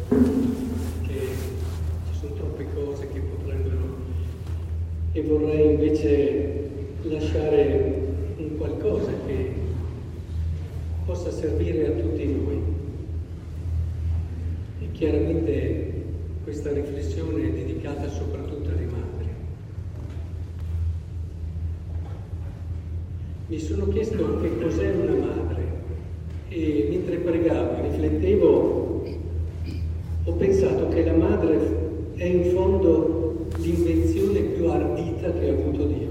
che ci sono troppe cose che potrebbero, e vorrei invece lasciare un qualcosa che possa servire a tutti noi. E chiaramente questa riflessione è dedicata soprattutto alle madri. Mi sono chiesto che cos'è una madre e mentre pregavo e riflettevo ho pensato che la madre è in fondo l'invenzione più ardita che ha avuto Dio.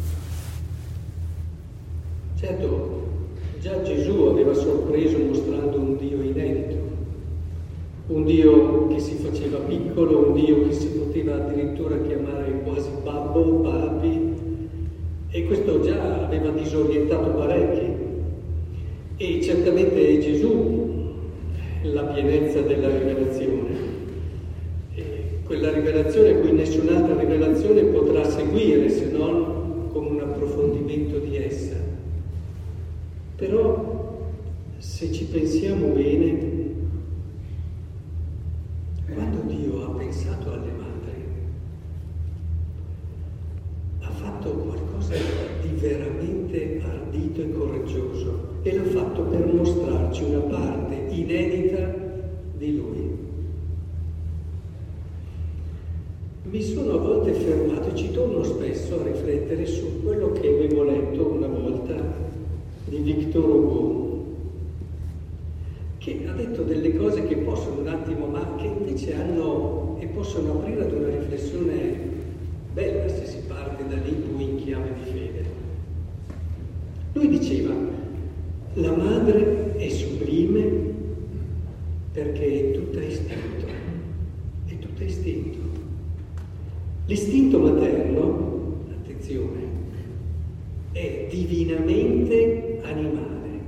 Certo, già Gesù aveva sorpreso mostrando un Dio inedito, un Dio che si faceva piccolo, un Dio che si poteva addirittura chiamare quasi babbo, papi, e questo già aveva disorientato parecchi. E certamente è Gesù la pienezza della rivelazione, e quella rivelazione a cui nessun'altra rivelazione potrà seguire se non con un approfondimento di essa. Però se ci pensiamo bene, quando Dio ha pensato alle madri, ha fatto qualcosa di veramente ardito e coraggioso e l'ha fatto per mostrarci una parte inedita di Lui. Mi sono a volte fermato e ci torno spesso a riflettere su quello che avevo letto una volta di Victor Hugo, che ha detto delle cose che possono un attimo, ma che invece hanno e possono aprire ad una riflessione bella se si parte da lì poi in chiave di fede. Lui diceva: la madre è sublime perché è tutta istinto, è tutta istinto. L'istinto materno, attenzione, è divinamente animale.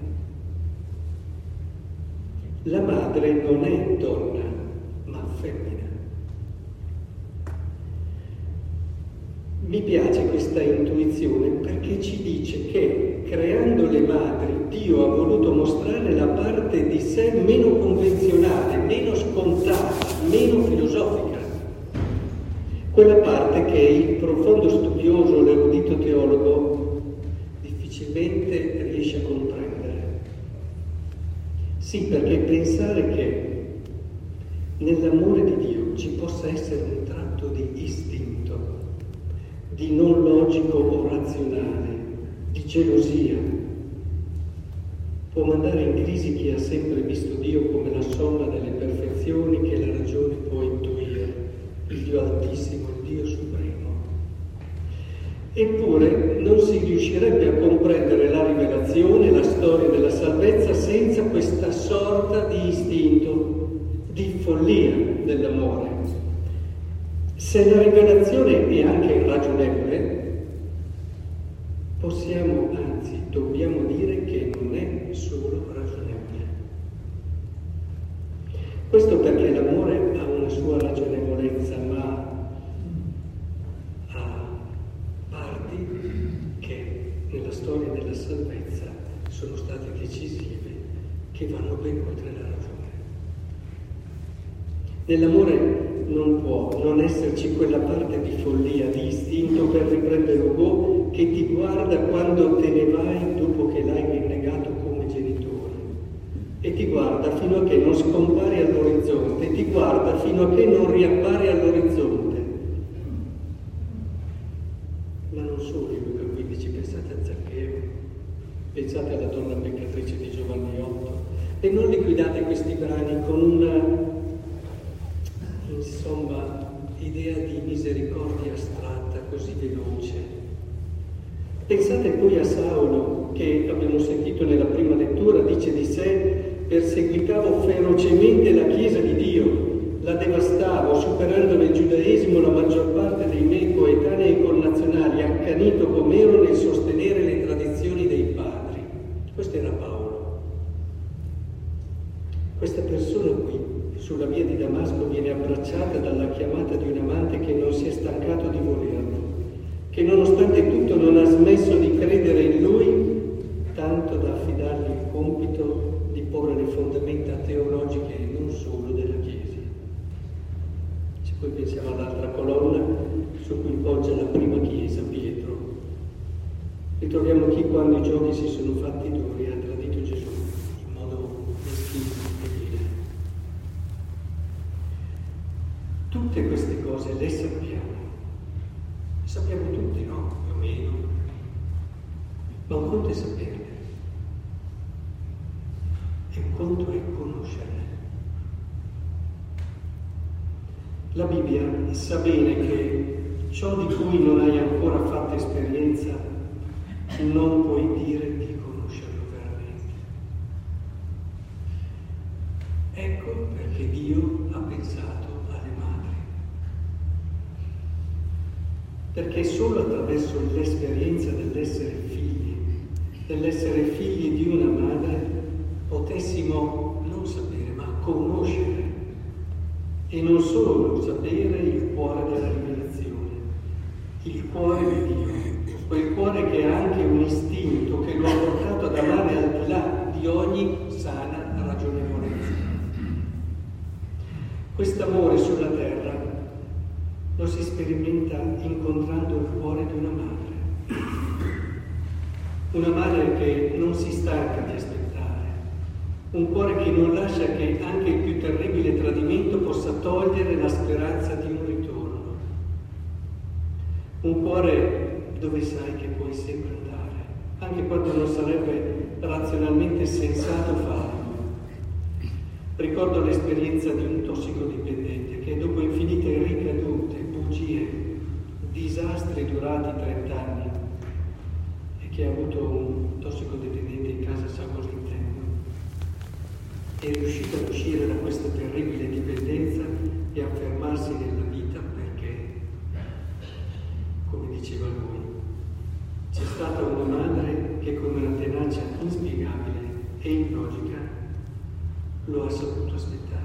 La madre non è donna, ma femmina. Mi piace questa intuizione perché ci dice che creando le madri Dio ha voluto mostrare la parte di sé meno convenzionale, meno scontata, meno filosofica. Quella parte che il profondo studioso, l'erudito teologo difficilmente riesce a comprendere. Sì, perché pensare che nell'amore di Dio ci possa essere un tratto di istinto, di non logico o razionale, di gelosia, può mandare in crisi chi ha sempre visto Dio come la somma delle perfezioni che la ragione può intuire, il Dio Altissimo, il Dio Supremo. Eppure non si riuscirebbe a comprendere la rivelazione, la storia della salvezza senza questa sorta di istinto, di follia dell'amore. Se la rivelazione è anche ragionevole, possiamo, anzi, dobbiamo dire che non è solo ragionevole. Questo perché l'amore ha una sua ragionevolezza, ma ha parti che nella storia della salvezza sono state decisive, che vanno ben oltre la ragione. Nell'amore non può non esserci quella parte di follia, di istinto, per riprendere Hugo, che ti guarda quando te ne vai dopo che l'hai rinnegato come genitore. E ti guarda fino a che non scompari all'orizzonte, ti guarda fino a che non riappare all'orizzonte. Ma non solo in Luca 15, pensate a Zaccheo, pensate alla donna peccatrice di Giovanni 8, e non liquidate questi brani con una, insomma, idea di misericordia astratta, così veloce. Pensate poi a Saulo, che abbiamo sentito nella prima lettura, dice di sé: perseguitavo ferocemente la Chiesa di Dio, la devastavo, superando nel giudaesimo la maggior parte dei miei coetanei e connazionali, accanito com'ero nel sostenere le tradizioni dei padri. Questo era Paolo. Questa persona qui, sulla via di Damasco, viene abbracciata dalla chiamata di un amante che non si è stancato di volerlo, che nonostante tutto non ha smesso di credere in lui, tanto da affidargli il compito di porre le fondamenta teologiche e non solo della Chiesa. Poi pensiamo all'altra colonna su cui poggia la prima chiesa, Pietro. Ritroviamo chi, quando i giochi si sono fatti duri, ha tradito Gesù in modo meschino e vile. Tutte queste cose le sappiamo tutti, no? Più o meno. Ma un conto è saperle, e un conto è conoscerle. La Bibbia sa bene che ciò di cui non hai ancora fatto esperienza non puoi dire di conoscerlo veramente. Ecco perché Dio ha pensato alle madri. Perché solo attraverso l'esperienza dell'essere figli di una madre, potessimo non sapere, ma conoscere. E non solo sapere il cuore della rivelazione, il cuore di Dio, quel cuore che ha anche un istinto che lo ha portato ad amare al di là di ogni sana ragionevolezza. Quest'amore sulla terra lo si sperimenta incontrando il cuore di una madre che non si stanca di aspettare. Un cuore che non lascia che anche il più terribile tradimento possa togliere la speranza di un ritorno. Un cuore dove sai che puoi sempre andare, anche quando non sarebbe razionalmente sensato farlo. Ricordo l'esperienza di un tossicodipendente che dopo infinite ricadute, bugie, disastri durati 30 anni, e che ha avuto un tossicodipendente in casa sa cosa intendo, è riuscito ad uscire da questa terribile dipendenza e a fermarsi nella vita perché, come diceva lui, c'è stata una madre che con una tenacia inspiegabile e illogica lo ha saputo aspettare.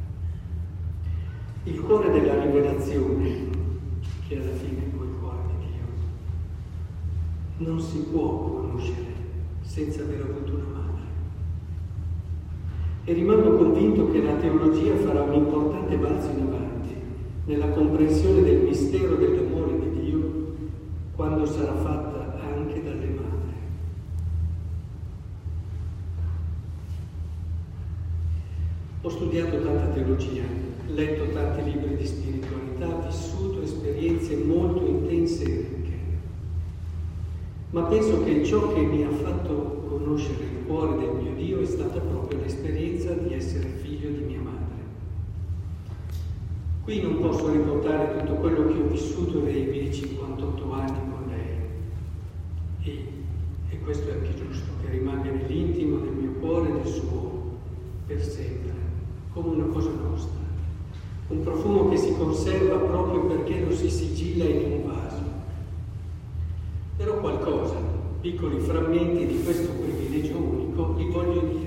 Il cuore della rivelazione, che alla fine è quel cuore di Dio, non si può conoscere senza aver avuto una madre. E rimango convinto che la teologia farà un importante balzo in avanti nella comprensione del mistero dell'amore di Dio quando sarà fatta anche dalle madri. Ho studiato tanta teologia, letto tanti libri di spiritualità, vissuto esperienze molto intense e ricche, ma penso che ciò che mi ha fatto conoscere il cuore del mio Dio è stata proprio l'esperienza di essere figlio di mia madre. Qui non posso riportare tutto quello che ho vissuto nei miei 58 anni con lei, e questo è anche giusto, che rimanga nell'intimo del mio cuore e del suo per sempre, come una cosa nostra, un profumo che si conserva proprio perché lo si sigilla in un vaso. Però qualcosa, piccoli frammenti di questo privilegio unico, li voglio dire.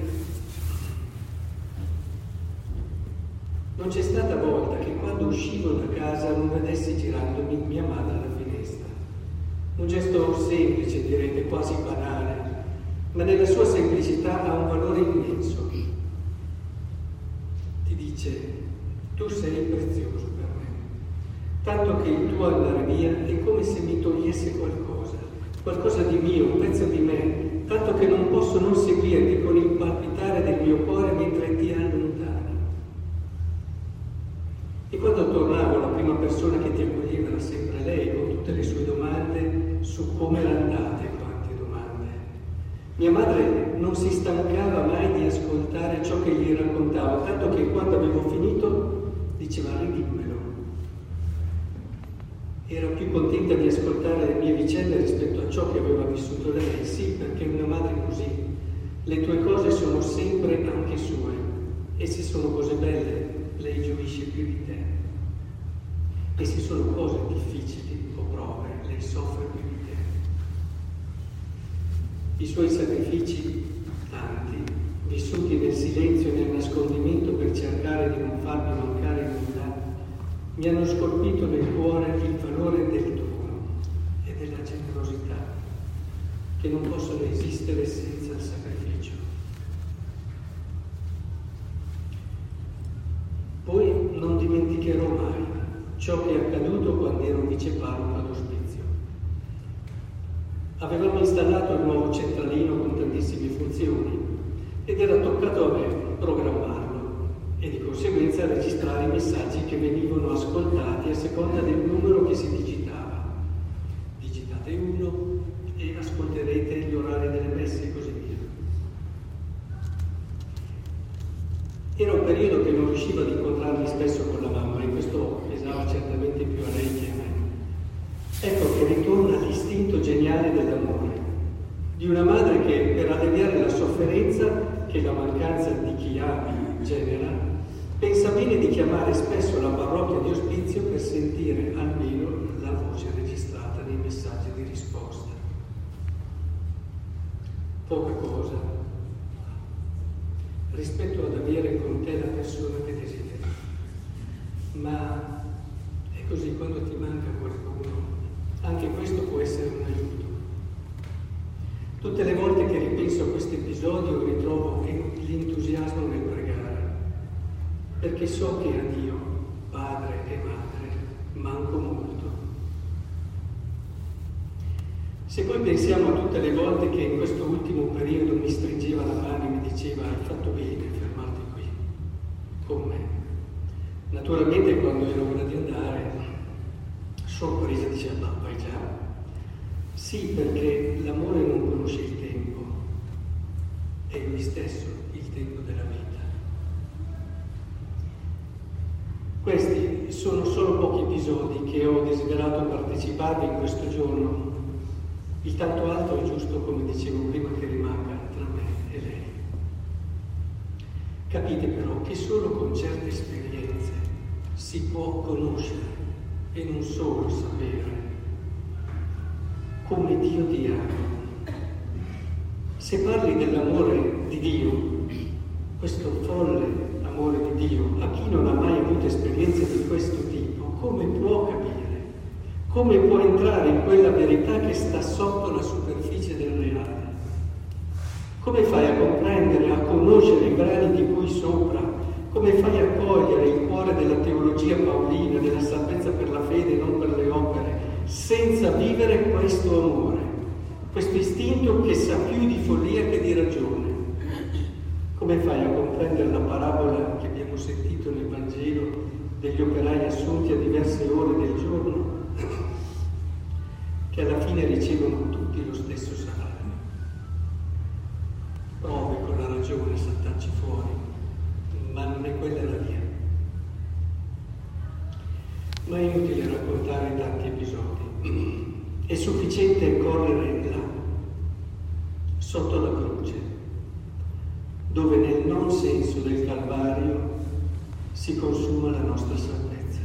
Non c'è stata volta che quando uscivo da casa non vedessi girandomi mia madre alla finestra. Un gesto semplice, direte quasi banale, ma nella sua semplicità ha un valore immenso. Ti dice: tu sei prezioso per me, tanto che il tuo andare via è come se mi togliesse qualcosa di mio, un pezzo di me, tanto che non posso non seguirti con il palpitare del mio cuore mentre ti allontani. E quando tornavo, la prima persona che ti accoglieva era sempre lei, con tutte le sue domande su come era andata e quante domande. Mia madre non si stancava mai di ascoltare ciò che gli raccontavo, tanto che quando avevo finito diceva: ridimmelo. Era più contenta di ascoltare le mie vicende rispetto a ciò che aveva vissuto lei. Sì, perché una madre così. Le tue cose sono sempre anche sue, e se sono cose belle, lei gioisce più di te. E se sono cose difficili o prove, lei soffre più di te. I suoi sacrifici, tanti, vissuti nel silenzio e nel nascondimento per cercare di non farmi mancare nulla, mi hanno scolpito nel cuore il valore del dono e della generosità, che non possono esistere senza il sacrificio. Poi non dimenticherò mai ciò che è accaduto quando ero viceparroco ad Ospizio. Avevamo installato il nuovo centralino con tantissime funzioni ed era toccato a me programmarlo e di conseguenza registrare i messaggi che venivano ascoltati a seconda del numero che si digitava. Digitate 1 e ascolterete gli orari delle messe e così via. Era un periodo che non riuscivo ad incontrarmi spesso con la mamma e questo pesava certamente più a lei che a me. Ecco che ritorna l'istinto geniale dell'amore, di una madre che per alleviare la sofferenza che la mancanza di chi ami genera, pensa bene di chiamare spesso la parrocchia di Ospizio per sentire almeno la voce registrata nei messaggi di risposta. Poca cosa rispetto ad avere con te la persona che desideri, ma è così, quando ti manca qualcuno, anche questo può essere un aiuto. Tutte le volte che ripenso a questo episodio ritrovo l'entusiasmo nel pregare, perché so che a Dio, padre e madre, manco molto. Se poi pensiamo a tutte le volte che in questo ultimo periodo mi stringeva la mano e mi diceva hai fatto bene a fermarti qui, con me. Naturalmente quando era ora di andare, sorpresa diceva, no, vai già. Sì, perché l'amore non conosce il tempo, è lui stesso il tempo della vita. Questi sono solo pochi episodi che ho desiderato parteciparvi in questo giorno. Il tanto altro è giusto, come dicevo prima, che rimanga tra me e lei. Capite però che solo con certe esperienze si può conoscere e non solo sapere come Dio ti ama. Se parli dell'amore di Dio, questo folle amore di Dio, a chi non ha mai avuto esperienze di questo tipo, come può capire? Come può entrare in quella verità che sta sotto la superficie del reale? Come fai a comprendere, a conoscere i brani di cui sopra? Come fai a cogliere il cuore della teologia paolina, della salvezza per la fede e non per le opere, senza vivere questo amore, questo istinto che sa più di follia che di ragione? Come fai a comprendere la parabola che abbiamo sentito nel Vangelo degli operai assunti a diverse ore del giorno, che alla fine ricevono tutti lo stesso salario? Provi con la ragione a saltarci fuori, ma non è quella la via. Ma è inutile raccontare tanti episodi. È sufficiente correre là, sotto la croce, dove nel non senso del Calvario si consuma la nostra salvezza.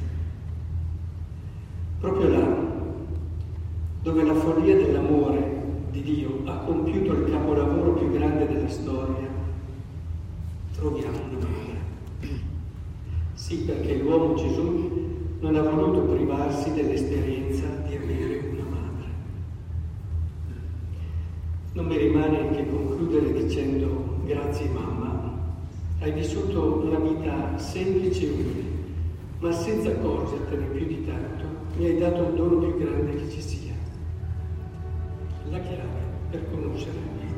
Proprio là, dove la follia dell'amore di Dio ha compiuto il capolavoro più grande della storia, troviamo una madre. Sì, perché l'uomo Gesù non ha voluto privarsi dell'esperienza di avere una madre. Non mi rimane che concludere dicendo grazie mamma, hai vissuto una vita semplice e umile, ma senza accorgertene più di tanto mi hai dato il dono più grande che ci sia, la chiave per conoscere Dio.